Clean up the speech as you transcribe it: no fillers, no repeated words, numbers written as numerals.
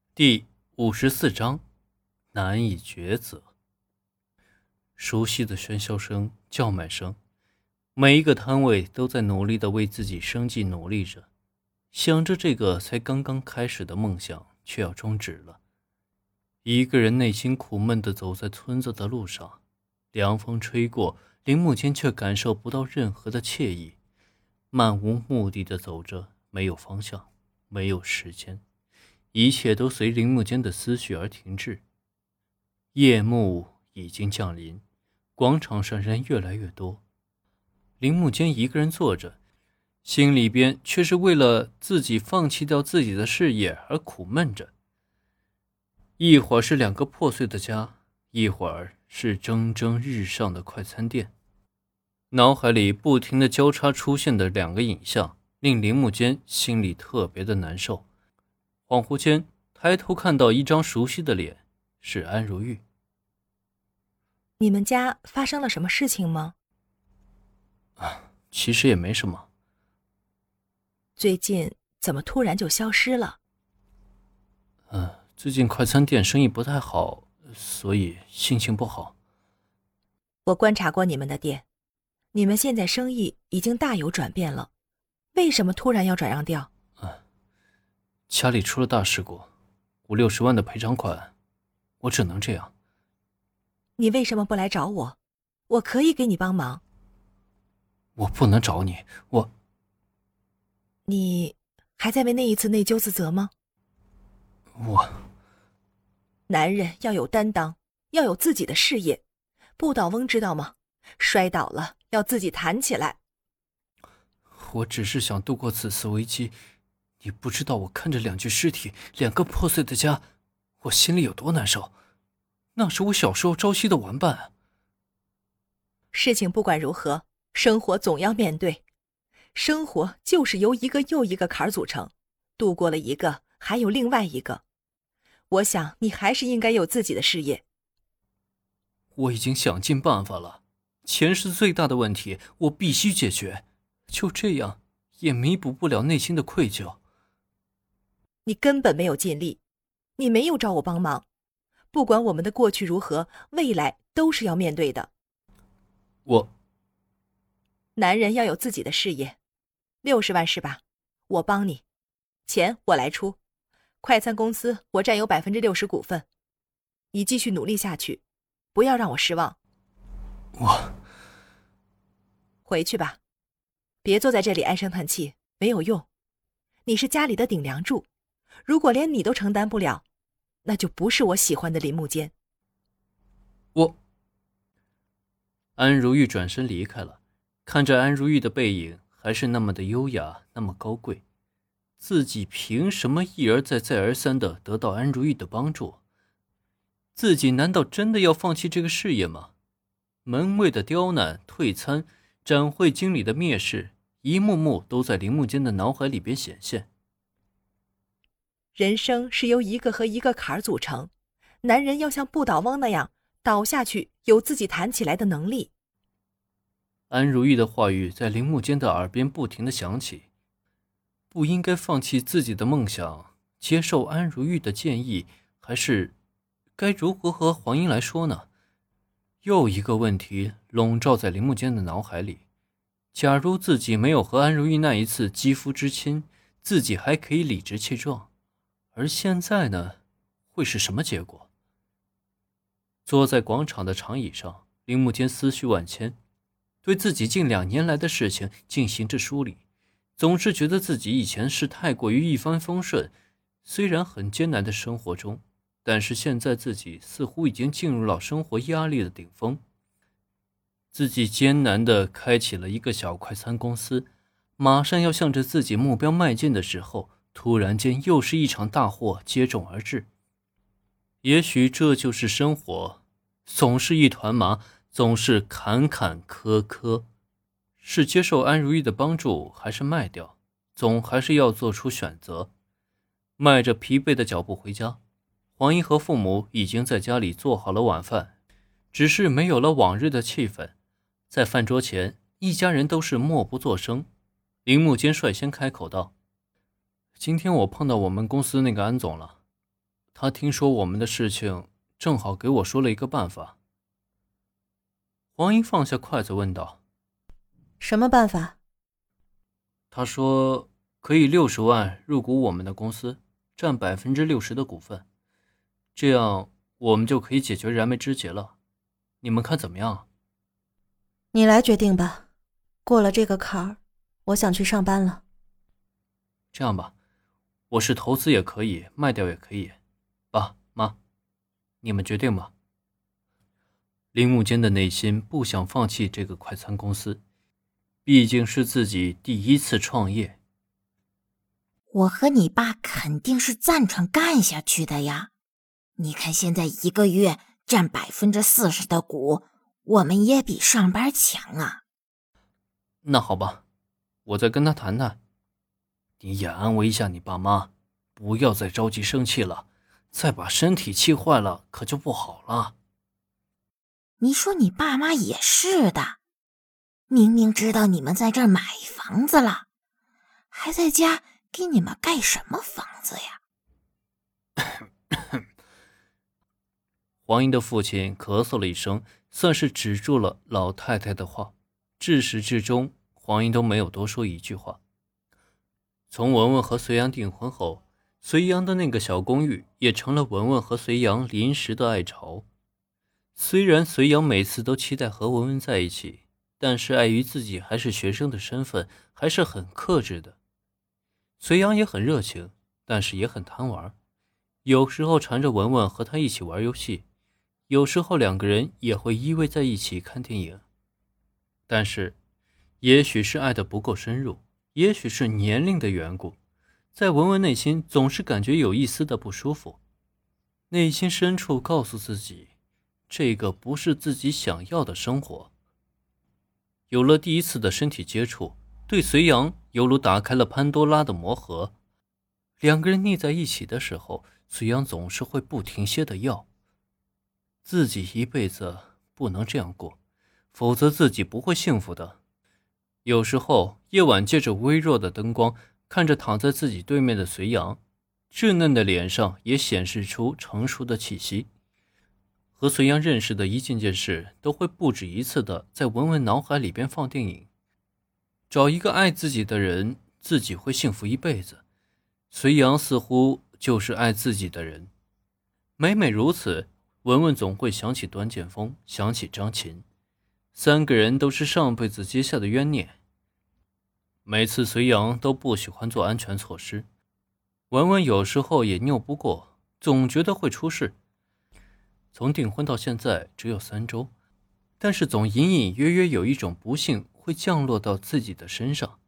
第54章，难以抉择。熟悉的喧嚣声、叫卖声，每一个摊位都在努力地为自己生计努力着，想着这个才刚刚开始的梦想却要终止了。一个人内心苦闷地走在村子的路上，凉风吹过，林木间却感受不到任何的惬意，漫无目的地走着，没有方向，没有时间。一切都随林木间的思绪而停滞。夜幕已经降临，广场上人越来越多。林木间一个人坐着，心里边却是为了自己放弃掉自己的事业而苦闷着。一会儿是两个破碎的家，一会儿是蒸蒸日上的快餐店。脑海里不停地交叉出现的两个影像，令林木间心里特别的难受。恍惚间，抬头看到一张熟悉的脸，是安如玉。 你们家发生了什么事情吗？ 其实也没什么。 最近怎么突然就消失了？ 最近快餐店生意不太好，所以心情不好。 我观察过你们的店，你们现在生意已经大有转变了，为什么突然要转让掉？ 家里出了大事故，50-60万的赔偿款，我只能这样。 你为什么不来找我？我可以给你帮忙。 我不能找你， 你还在为那一次内疚自责吗？男人要有担当，要有自己的事业。不倒翁知道吗？摔倒了要自己弹起来。 我只是想度过此次危机。你不知道我看着2具尸体，2个破碎的家，我心里有多难受。那是我小时候朝夕的玩伴。 事情不管如何，生活总要面对。生活就是由一个又一个坎儿组成，度过了一个，还有另外一个。我想你还是应该有自己的事业。 我已经想尽办法了，钱是最大的问题，我必须解决。就这样，也弥补不了内心的愧疚。 你根本没有尽力，你没有找我帮忙。不管我们的过去如何，未来都是要面对的。男人要有自己的事业。60万是吧？我帮你，钱我来出。快餐公司我占有60%股份。你继续努力下去，不要让我失望。回去吧，别坐在这里唉声叹气，没有用。你是家里的顶梁柱，如果连你都承担不了，那就不是我喜欢的林木间。 安如玉转身离开了，看着安如玉的背影，还是那么的优雅，那么高贵。自己凭什么一而再再而三地得到安如玉的帮助？自己难道真的要放弃这个事业吗？门卫的刁难、退餐，展会经理的蔑视，一幕幕都在林木间的脑海里边显现。 人生是由一个和一个坎儿组成，男人要像不倒翁那样倒下去，有自己弹起来的能力。 安如玉的话语在林木间的耳边不停地响起，不应该放弃自己的梦想，接受安如玉的建议，还是该如何和黄英来说呢？又一个问题笼罩在林木间的脑海里。假如自己没有和安如玉那一次肌肤之亲，自己还可以理直气壮，而现在呢，会是什么结果？坐在广场的长椅上，林木间思绪万千，对自己近2年来的事情进行着梳理。总是觉得自己以前是太过于一帆风顺，虽然很艰难的生活中，但是现在自己似乎已经进入了生活压力的顶峰。自己艰难地开启了一个小快餐公司，马上要向着自己目标迈进的时候，突然间又是一场大祸接踵而至。也许这就是生活，总是一团麻，总是坎坎坷坷。是接受安如玉的帮助，还是卖掉？总还是要做出选择。迈着疲惫的脚步回家，黄英和父母已经在家里做好了晚饭，只是没有了往日的气氛。在饭桌前，一家人都是默不作声。林木间率先开口道：“今天我碰到我们公司那个安总了， 他听说我们的事情，正好给我说了一个办法。黄英放下筷子问道： 什么办法？ 他说可以60万入股我们的公司，占60%的股份，这样我们就可以解决燃眉之急了。你们看怎么样？ 你来决定吧。过了这个坎儿，我想去上班了。 这样吧，我是投资也可以，卖掉也可以。爸妈，你们决定吧。铃木间的内心不想放弃这个快餐公司，毕竟是自己第一次创业。 我和你爸肯定是赞成干下去的呀。你看现在1个月占40%的股，我们也比上班强啊。 那好吧，我再跟他谈谈。你也安慰一下你爸妈，不要再着急生气了，再把身体气坏了可就不好了。 你说你爸妈也是的，明明知道你们在这儿买房子了，还在家给你们盖什么房子呀？ 黄英的父亲咳嗽了一声，算是止住了老太太的话。至始至终，黄英都没有多说一句话。从文文和隋阳订婚后，隋阳的那个小公寓也成了文文和隋阳临时的爱巢。虽然隋阳每次都期待和文文在一起，但是碍于自己还是学生的身份，还是很克制的。隋阳也很热情，但是也很贪玩，有时候缠着文文和他一起玩游戏，有时候2个人也会依偎在一起看电影。但是也许是爱得不够深入，也许是年龄的缘故，在文文内心总是感觉有一丝的不舒服，内心深处告诉自己，这个不是自己想要的生活。有了第一次的身体接触，对隋阳犹如打开了潘多拉的魔盒。2个人腻在一起的时候，隋阳总是会不停歇的要自己一辈子不能这样过，否则自己不会幸福的。有时候夜晚借着微弱的灯光，看着躺在自己对面的隋阳，稚嫩的脸上也显示出成熟的气息。和隋阳认识的一件件事，都会不止一次的在文文脑海里边放电影。找一个爱自己的人，自己会幸福一辈子。隋阳似乎就是爱自己的人。每每如此，文文总会想起段剑锋，想起张琴，3个人都是上辈子结下的冤孽。每次隋阳都不喜欢做安全措施，文文有时候也拗不过，总觉得会出事。从订婚到现在只有3周，但是总隐隐约约有一种不幸会降落到自己的身上。